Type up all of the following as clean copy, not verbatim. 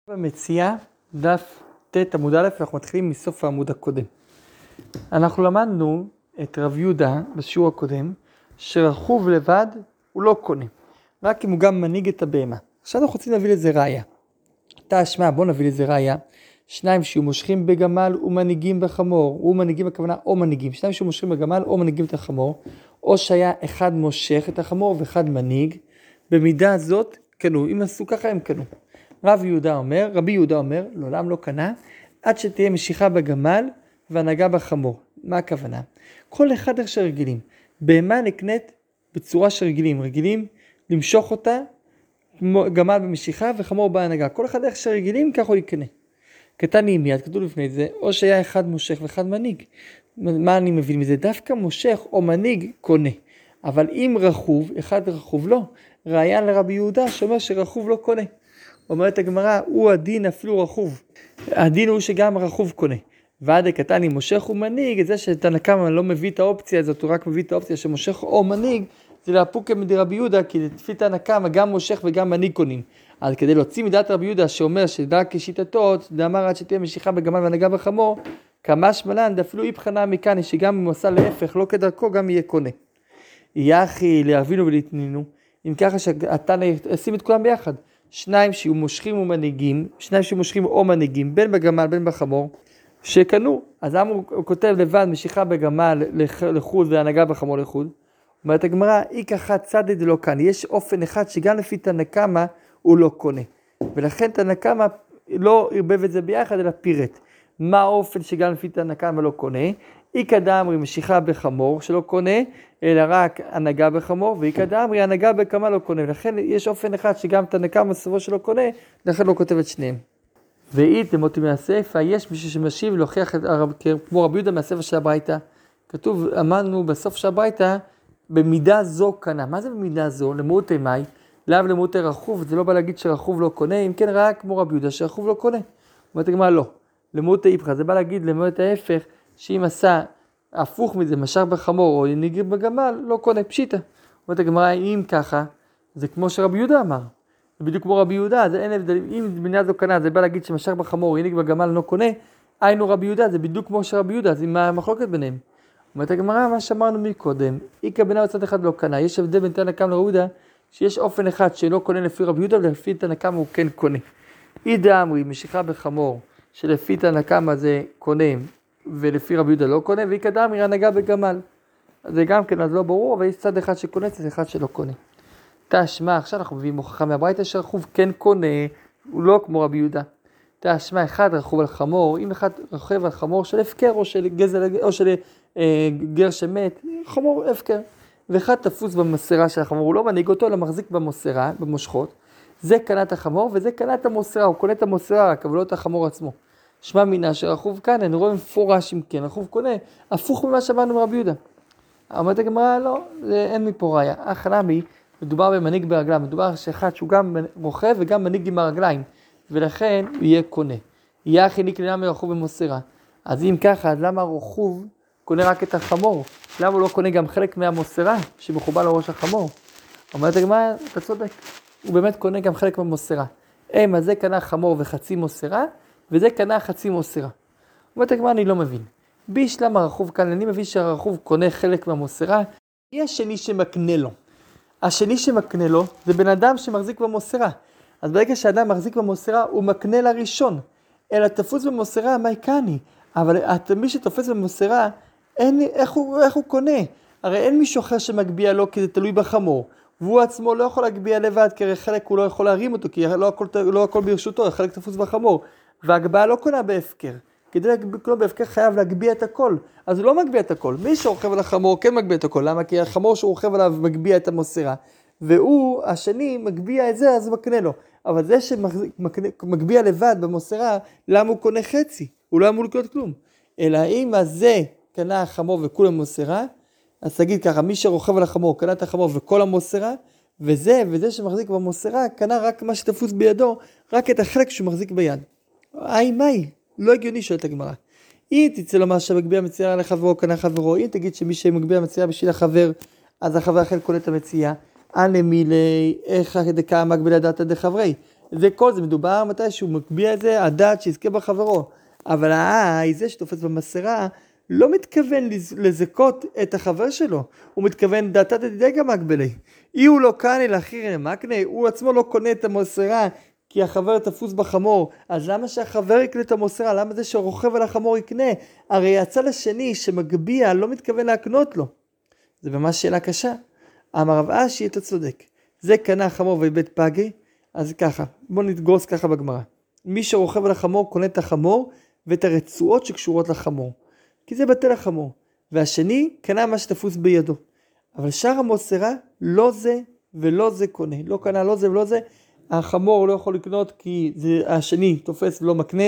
במציאה, דף ט' עמוד א', אנחנו מתחילים מסוף העמוד הקודם. אנחנו למדנו את רב יהודה בשיעור הקודם, שרכוב לבד הוא לא קונה, רק אם הוא גם מנהיג את הבהמה. עכשיו אנחנו רוצים להביא לזה ראיה. תשמע, בוא נביא לזה ראיה. שניים שיהיו מושכים בגמל ומנהיגים בחמור, ומנהיגים בכוונה או מנהיגים. שניים שיהיו מושכים בגמל או מנהיגים את החמור, או שהיה אחד מושך את החמור ואחד מנהיג, במידה הזאת קנו, אם עשו ככה הם קנו. רבי יהודה אומר, לעולם לא קנה, עד שתהיה משיכה בגמל והנהגה בחמור. מה הכוונה? כל אחד איך שרגילים. בהמה נקנית בצורה שרגילים. רגילים למשוך אותה, גמל במשיכה וחמור בהנהגה. כל אחד איך שרגילים, כך הוא יקנה. קטן היא מיד, כתוב לפני זה, או שהיה אחד מושך ואחד מנהיג. מה אני מבין מזה? דווקא מושך או מנהיג קונה. אבל אם רכוב, אחד רכוב לא. ראיה לרבי יהודה שאומר שרכוב לא קונה. אומרת הגמרא, הוא הדין אפילו רכוב. הדין הוא שגם רכוב קונה. ועד הקטן אם מושך ומנהיג, את זה שתנא קמא לא מביא את האופציה הזאת, הוא רק מביא את האופציה שמושך או מנהיג, זה להפוקא מדרבי יהודה, כי לפי תנא קמא גם מושך וגם מנהיג קונים. אז כדי להוציא מדעת רבי יהודה שאומר שדק כשיטתו, דאמר עד שתהיה משיכה בגמל והנהגה בחמור, כמשמע לן דאפילו איפכא מכאן, שגם אם הוא עשה להפך, לא כדרכו, גם יהיה קונה. יחי להבינו ולהתנינו, אם ככה שהתנא ישים את כולם ביחד. שניים שיהיו מושכים ומנהיגים, שניים שיהיו מושכים או מנהיגים, בין בגמל בין בחמור, שקנו. אז הוא כותב לבד משיכה בגמל לחוד והנהגה בחמור לחוד. אומרת הגמרא, אי ככה צדד לא כאן. יש אופן אחד שגם לפי תנא קמא הוא לא קונה. ולכן תנא קמא לא ערבב את זה ביחד אלא פירט. מה האופן שגם לפי תנא קמא לא קונה? איקא דאמרי משיכה בחמור שלא קונה, אלא רק הנהגה בחמור, ואיקא דאמרי הנהגה בגמל לא קונה. ולכן יש אופן אחד שגם תנא קמא סברו שלא קונה, לכן לא כותב את שניהם. ואית למוטי מהספר, יש מישהו שמשיב להוכיח כמו רבי יהודה מהספר של הברייתא. כתוב, אמרנו בסוף של הברייתא, במידה זו קנה. מה זה במידה זו? למוטי מאי, לאו למוטי רכוב, זה לא בא להגיד שרכוב לא קונה, אם כן רק כמו רבי יהודה שרכוב לא קונה. אומרת הגמרא לא. למוטי איפכא, זה בא להגיד למוטי ההפך, שאם עשה הפוך מזה, משך בחמור או ינהיג בגמל, לא קונה, פשיטה. אומרת הגמרא, אם ככה, זה כמו שרבי יהודה אמר. זה בדיוק כמו רבי יהודה, זה אין הבדל, אם במידה זו קנה, זה בא להגיד שמשך בחמור או ינהיג בגמל לא קונה, היינו רבי יהודה, זה בדיוק כמו שרבי יהודה, אז עם המחלוקת ביניהם. אומרת הגמרא, מה שאמרנו מקודם, איקא בנה בצד אחד לא קנה, יש הבדל בין תנא קמא לרבי יהודה, שיש אופן אחד שלא קונה לפי רבי יהודה, ולפי תנא קמא הוא כן קונה. אי דאמרי, משיכה בחמור, שלפי תנא קמא זה קונה, ולפי רבי יהודה לא קונה, ואי קדם הנהגה בגמל. זה גם כן, אז לא ברור, אבל יש צד אחד שקונה, צד אחד שלא קונה. תשמע, עכשיו אנחנו מביאים הוכחה מהברייתא שרכוב כן קונה, הוא לא כמו רבי יהודה. תשמע, אחד רכוב על חמור, אם אחד רכב על חמור של הפקר, או של גזל, או של גר שמת, חמור הפקר. ואחד תפוס במוסרה של החמור, הוא לא מנהיג אותו, אלא מחזיק במוסרה, במושכות. זה קנה את החמור, וזה קנה את המוסרה, הוא קונה את המוסרה רק, אבל לא את החמור עצמו. שמע מינה שרכוב כאן, אני רואה מפורש אם כן, רכוב קונה, הפוך ממה שאמרנו מרבי יהודה. אומרת הגמרא, לא, אין מפה ראיה. החנמי, מדובר במנהיג ברגליים, מדובר שאחד שהוא גם רוכב וגם מנהיג עם הרגליים, ולכן הוא יהיה קונה. יהיה הכי נקלנה מרכוב במוסרה. אז אם ככה, אז למה הרכוב קונה רק את החמור? למה הוא לא קונה גם חלק מהמוסרה שמחובר לראש החמור? אומרת הגמרא, אתה צודק, הוא באמת קונה גם חלק מהמוסרה. אז זה קנה חמור וחצי מוסרה, וזה קנה חצי מוסרה. אומרת הגמרא, אני לא מבין. בישלם הרכוב כאן, אני מבין שהרכוב קונה חלק מהמוסרה, היא השני שמקנה לו. השני שמקנה לו זה בן אדם שמחזיק במוסרה. אז ברגע שאדם מחזיק במוסרה, הוא מקנה לראשון. אלא תפוס במוסרה, מה יקני? אבל מי שתופס במוסרה, איך הוא קונה? הרי אין מישהו אחר שמגביע לו, כי זה תלוי בחמור. והוא עצמו לא יכול להגביע לבד, כי הרי חלק הוא לא יכול להרים אותו, כי לא הכל ברשותו, חלק תפוס בחמור. והגביה לא קונה בהפקר. כדי לקנות בהפקר חייב להגביה את הכל. אז הוא לא מגביה את הכל. מי שרוכב על החמור כן מגביה את הכל. למה? כי החמור שהוא רוכב עליו מגביה את המוסרה. והוא, השני, מגביה את זה, אז הוא מקנה לו. אבל זה שמגביה לבד במוסרה, למה הוא קונה חצי? הוא לא אמור לקנות כלום. אלא אם הזה קנה החמור וכל המוסרה, אז תגיד ככה, מי שרוכב על החמור קנה את החמור וכל המוסרה, וזה שמחזיק במוסרה קנה רק מה שתפוס בידו, רק את החלק שהוא מחזיק ביד. מאי, לא הגיוני שואלת הגמרא. אם תצא לומר שמגביה מציאה לחברו, קנה חברו, אם תגיד שמי שמגביה מציאה בשביל החבר, אז החבר אכן קונה את המציאה. אנא מילי, איך דקה מגבילה דעתא דחברי. זה כל זה מדובר מתי שהוא מקביע את זה, הדעת שיזכה בחברו. אבל זה שתופס במסרה, לא מתכוון לזכות את החבר שלו, הוא מתכוון דעתת דגה מקבלי. אי הוא לא קנה לאחיר למקנה, הוא עצמו לא קונה את המסרה, כי החבר תפוס בחמור, אז למה שהחבר יקנה את המסרה? למה זה שרוכב על החמור יקנה? הרי הצד השני שמגביע לא מתכוון להקנות לו. זה ממש שאלה קשה. אמר רב אשי אתה צודק, זה קנה החמור ואיבד פגי, אז ככה, בוא נתגוס ככה בגמרא. מי שרוכב על החמור קונה את החמור ואת הרצועות שקשורות לחמור, כי זה בטל החמור, והשני קנה מה שתפוס בידו. אבל שאר המוסרה לא זה ולא זה קונה, לא קנה לא זה ולא זה, החמור לא יכול לקנות כי זה השני תופס ולא מקנה,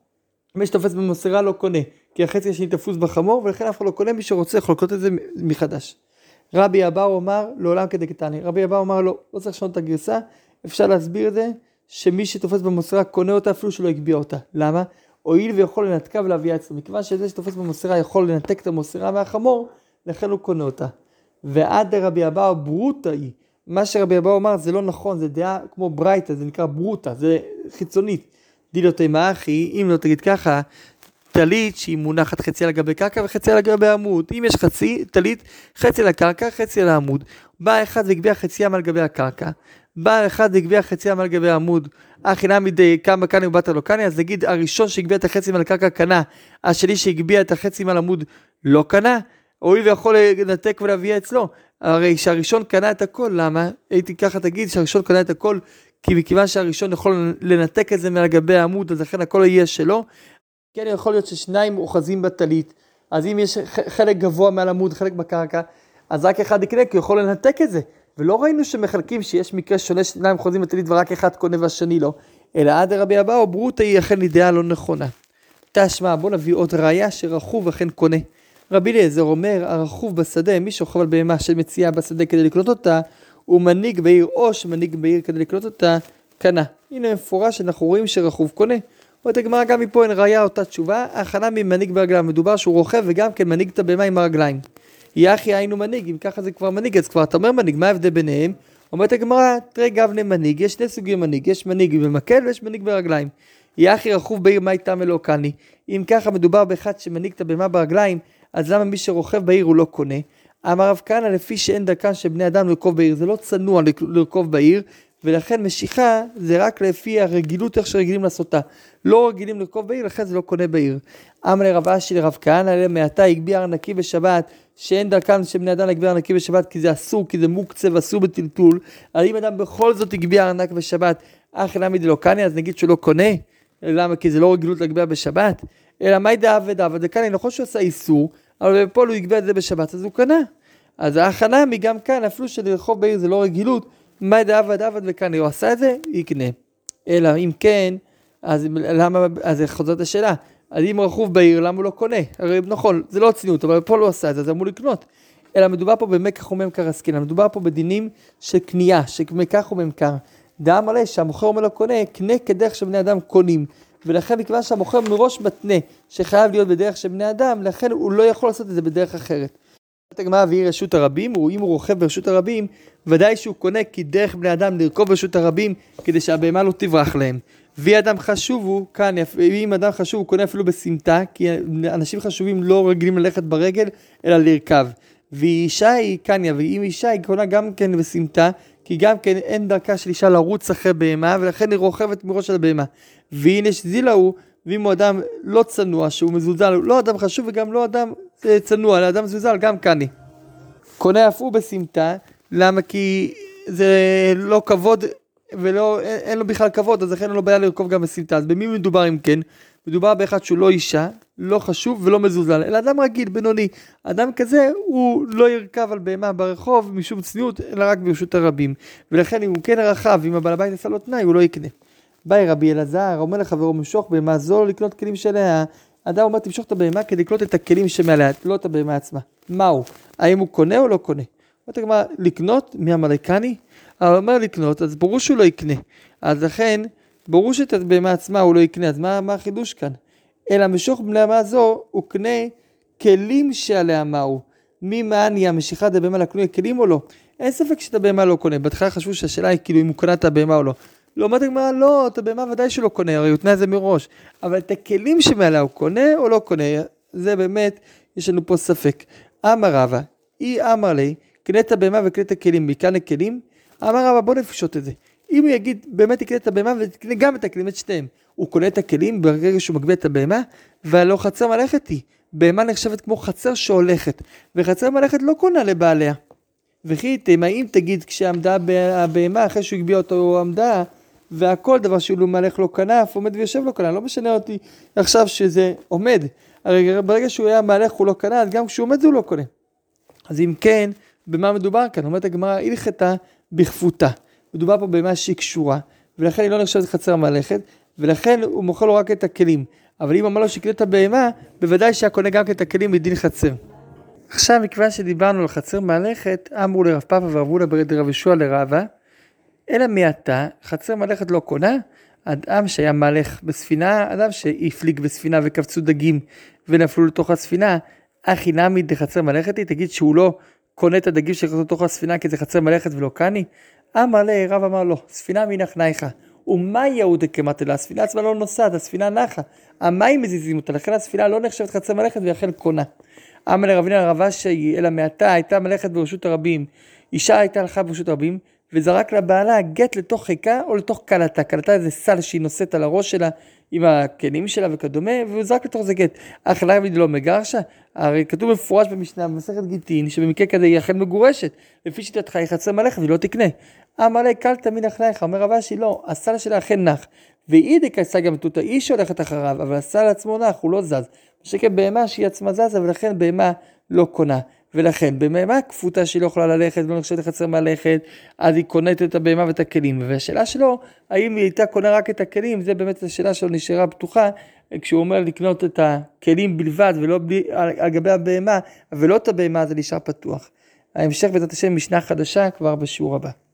מי שתופס במוסרה לא קונה, כי החצי השני תפוס בחמור, ולכן אף אחד לא קונה, מי שרוצה יכול לקנות את זה מחדש. רבי אבאו אמר לעולם כדי קטני, רבי אבאו אמר לא צריך לשנות את הגרסה, אפשר להסביר את זה, שמי שתופס במוסרה קונה אותה אפילו שלא הגביע אותה. למה? הואיל ויכול לנתקה ולהביאה אצלו, מכיוון שזה שתופס במוסרה יכול לנתק את המוסרה מהחמור, לכן הוא קונה אותה. ועד רבי אבאו ברוטה היא, מה שרבי אבאו אמר זה לא נכון, זה דעה כמו ברייטה, זה נקרא ברוטה, זה חיצונית. דילותי מאחי, אם לא תגיד ככה, טלית שהיא מונחת חצי על גבי קרקע וחצי על גבי עמוד. אם יש טלית, חצי על הקרקע, חצי על העמוד. בא אחד והגביע חציים על גבי הקרקע. בא אחד והגביע חציים על גבי העמוד. הכינה מדי כמה קני ובאת לא קני, אז נגיד הראשון שהגביע את החציים על הקרקע קנה, השני שהגביע את החציים על עמוד לא קנה, הואיל ויכול לנתק ולהביא אצלו. הרי שהראשון קנה את הכל, למה? הייתי ככה תגיד שהראשון קנה את הכל, כי מכיוון שהראשון יכול לנתק את זה מעל גבי העמוד, אז לכן הכל יהיה שלו. כן, יכול להיות ששניים אוחזים בטלית, אז אם יש חלק גבוה מעל עמוד, חלק בקרקע, אז רק אחד יקנה, כי הוא יכול לנתק את זה. ולא ראינו שמחלקים שיש מקרה שונה שניים אוחזים בטלית ורק אחד קונה והשני לא, אלא עד רבי אבאו ברוטה היא אכן ידיעה לא נכונה. תשמע, בוא נביא עוד ראיה שרכוב אכן קונה. רבי אליעזר אומר, הרכוב בשדה, מי שרוכב על בהמה שמציעה בשדה כדי לקנות אותה, הוא מנהיג בעיר או שמנהיג בעיר כדי לקנות אותה, קנה. הנה מפורש אנחנו רואים שרכוב קונה. אומרת הגמרא גם מפה אין ראיה אותה תשובה, הכנה ממנהיג ברגליים, מדובר שהוא רוכב וגם כן מנהיג את הבהמה עם הרגליים. יחי היינו מנהיג, אם ככה זה כבר מנהיג, אז כבר אתה אומר מנהיג, מה ההבדל ביניהם? אומרת הגמרא, תראה גבנה מנהיג, יש שני סוגי מנהיג, יש מנהיג במקל ויש מנהיג ברגליים. יחי רכוב בעיר מה איתם אלא קני. אם ככה מדובר באחד שמנהיג את הבהמה ברגליים, אז למה מי שרוכב בעיר הוא לא קונה? אמר רב כהנא, לפי שאין דרכן של בני אדם לרכוב בעיר, זה לא צנוע לרכוב בעיר, ולכן משיכה זה רק לפי הרגילות איך שרגילים לעשותה. לא רגילים לרכוב בעיר, לכן זה לא קונה בעיר. אמר לרב אשי לרב כהנא, מעתה הגביה ארנקי בשבת, שאין דרכן של בני אדם להגביה ארנקי בשבת, כי זה אסור, כי זה מוקצה ואסור בטלטול. אבל אם אדם בכל זאת הגביה ארנק בשבת, למה דלא קנה, אז נגיד שהוא לא קונה. למה? כי זה לא רגילות להגביה בשבת. אלא מה ידע ודאבד, וכאן נכון שהוא עשה איסור, אבל בפועל הוא יגביה את זה בשבת, אז הוא קנה. אז ההכנה מגם כאן, אפילו שלרחוב בעיר זה לא רגילות, מה ידע ודאבד וכאן הוא עשה את זה, יקנה. אלא אם כן, אז למה, אז חוזרת השאלה, אז אם רכוב בעיר, למה הוא לא קונה? הרי נכון, זה לא צניעות, אבל בפועל הוא עשה את זה, אז אמור לקנות. אלא מדובר פה במקח וממכר עסקינן, מדובר פה בדינים של קנייה, שמקח וממכר. דעה מלא שהמוכר אומר לו קונה, קנה כדרך שבני אדם קונים. ולכן מכיוון שהמוכר מראש מתנה שחייב להיות בדרך של בני אדם, לכן הוא לא יכול לעשות את זה בדרך אחרת. הגמרא והיא רשות הרבים, אם הוא רוכב ברשות הרבים, ודאי שהוא קונה כי דרך בני אדם לרכוב ברשות הרבים, כדי שהבהמה לא תברח להם. ואם אדם חשוב הוא, אם אדם חשוב הוא קונה אפילו בסמטה, כי אנשים חשובים לא רגילים ללכת ברגל, אלא לרכב. ואישה היא קניה, ואם אישה היא קונה גם כן בסמטה, כי גם כן אין דרכה של אישה לרוץ אחרי בהמה, ולכן היא רוכבת מראש של הבהמה. והנה שזילה הוא, ואם הוא אדם לא צנוע, שהוא מזולזל, לא אדם חשוב וגם לא אדם צנוע, אלא אדם מזולזל גם קני. קונה אף הוא בסמטה, למה? כי זה לא כבוד, אין לו בכלל כבוד, אז לכן אין לו בעיה לרכוב גם בסמטה. אז במי מדובר אם כן? מדובר באחד שהוא לא אישה, לא חשוב ולא מזולזל, אלא אדם רגיל, בינוני. אדם כזה הוא לא ירכב על בהמה ברחוב משום צניעות, אלא רק ברשות הרבים. ולכן אם הוא כן רחב, אם הבעל הבית עשה לו תנאי, הוא לא יקנה. באי רבי אלעזר, אומר לחברו משוך בהמה זו לקנות כלים שליה. אדם אומר תמשוך את הבהמה כדי לקנות את הכלים שמעליה, לא את הבהמה עצמה. מהו? האם הוא קונה או לא קונה? אומרת הגמרא, לקנות מהמלקני? אבל אומר לקנות, אז ברור שהוא לא יקנה. אז לכן, ברור שאת הבהמה עצמה הוא לא יקנה, אז מה החידוש כאן? אלא משוך בהמה זו, הוא קנה כלים שעליה מהו. מי מעניה, משיכת הבהמה לקנות כלים או לא? אין ספק שאת הבהמה לא קונה. בהתחלה חשבו שהשאלה היא כאילו אם הוא קנה את הבהמה או לא. לעומת הגמרא, לא, את הבהמה ודאי שלא קונה, הרי הוא תנאי זה מראש. אבל את הכלים שמעלה הוא קונה או לא קונה, זה באמת, יש לנו פה ספק. אמר רבא, אמר לי, קנה את הבהמה וקנה את הכלים, מכאן הכלים, אמר רבא, בוא נפשוט את זה. אם הוא יגיד, באמת יקנה את הבהמה וקנה גם את הכלים, את שתיהם. הוא קונה את הכלים ברגע שהוא מגביה את הבהמה, והלא חצר מלאכת היא. בהמה נחשבת כמו חצר שהולכת, וחצר מלאכת לא קונה לבעליה. וכי אם תגיד כשעמדה הבהמה, אחרי שהוא הגביה אותו הוא עמדה, והכל דבר שהוא מלך לו כנף, עומד ויושב לו כנף, לא משנה אותי עכשיו שזה עומד. הרי ברגע שהוא היה מלך הוא לא קנה, אז גם כשהוא עומד הוא לא קונה. אז אם כן, במה מדובר כאן? אומרת הגמרא, הלכתה בכפותה. מדובר פה בהמה שהיא קשורה, ולכן היא לא נחשבת חצר מלאכת, ולכן הוא מוכר לו רק את הכלים. אבל אם אמר לו שיקנה את הבהמה, בוודאי שהקונה גם את הכלים מדין חצר. עכשיו, מכיוון שדיברנו על חצר מלאכת, אמרו לרב פאפא ורבו לברד רב ישוע לרבא, אלא מעתה, חצר מלאכת לא קונה, אדם שהיה מלך בספינה, אדם שהפליג בספינה וקפצו דגים ונפלו לתוך הספינה, אחי נמי דחצר מלאכת היא, תגיד שהוא לא קונה את הדגים שקפצו לתוך הספינה כי זה חצר מלאכת ולא קני? אמר לה, רב אמר לו, ספינה מנח נייחה. ומה יהודה כמתלה? הספינה עצמה לא נוסעת, הספינה נחה. המים מזיזים אותה, לכן הספינה לא נחשבת חצר מלאכת ולכן קונה. אמר לרבינה הרבה שהיא, אלא מעתה הייתה מלאכת ברשות הרבים, אישה הייתה הלכה ברשות הרבים, וזרק לבעלה גט לתוך חיקה או לתוך קלתה. קלתה זה סל שהיא נושאת על הראש שלה עם הכלים שלה וכדומה, והוא זרק לתוך זה גט. אך למה לא מגרשה? הרי כתוב מפורש במשנה, במסכת גיטין, שבמקרה כזה היא אכן מגורשת, לפי שיטתך היא חצר מלאכת ולא תקנה. אמר לה, קלת מנח נייך, אומר רבה שהיא לא, הסל שלה אכן נח. והיא דקייסה גם תות האיש שהולכת אחריו, אבל הסל עצמו נח, הוא לא זז. בשקל בהמה שהיא עצמה זזה, ולכן בהמה לא קונה. ולכן בהמה כפותה שהיא לא יכולה ללכת ולא נחשבת לחצר מלאכת, אז היא קונת את הבהמה ואת הכלים. והשאלה שלו, האם היא הייתה קונה רק את הכלים, זה באמת השאלה שלו נשארה פתוחה, כשהוא אומר לקנות את הכלים בלבד ולא על גבי הבהמה, ולא את הבהמה, זה נשאר פתוח. ההמשך בעזרת השם משנה חדשה כבר בשיעור הבא.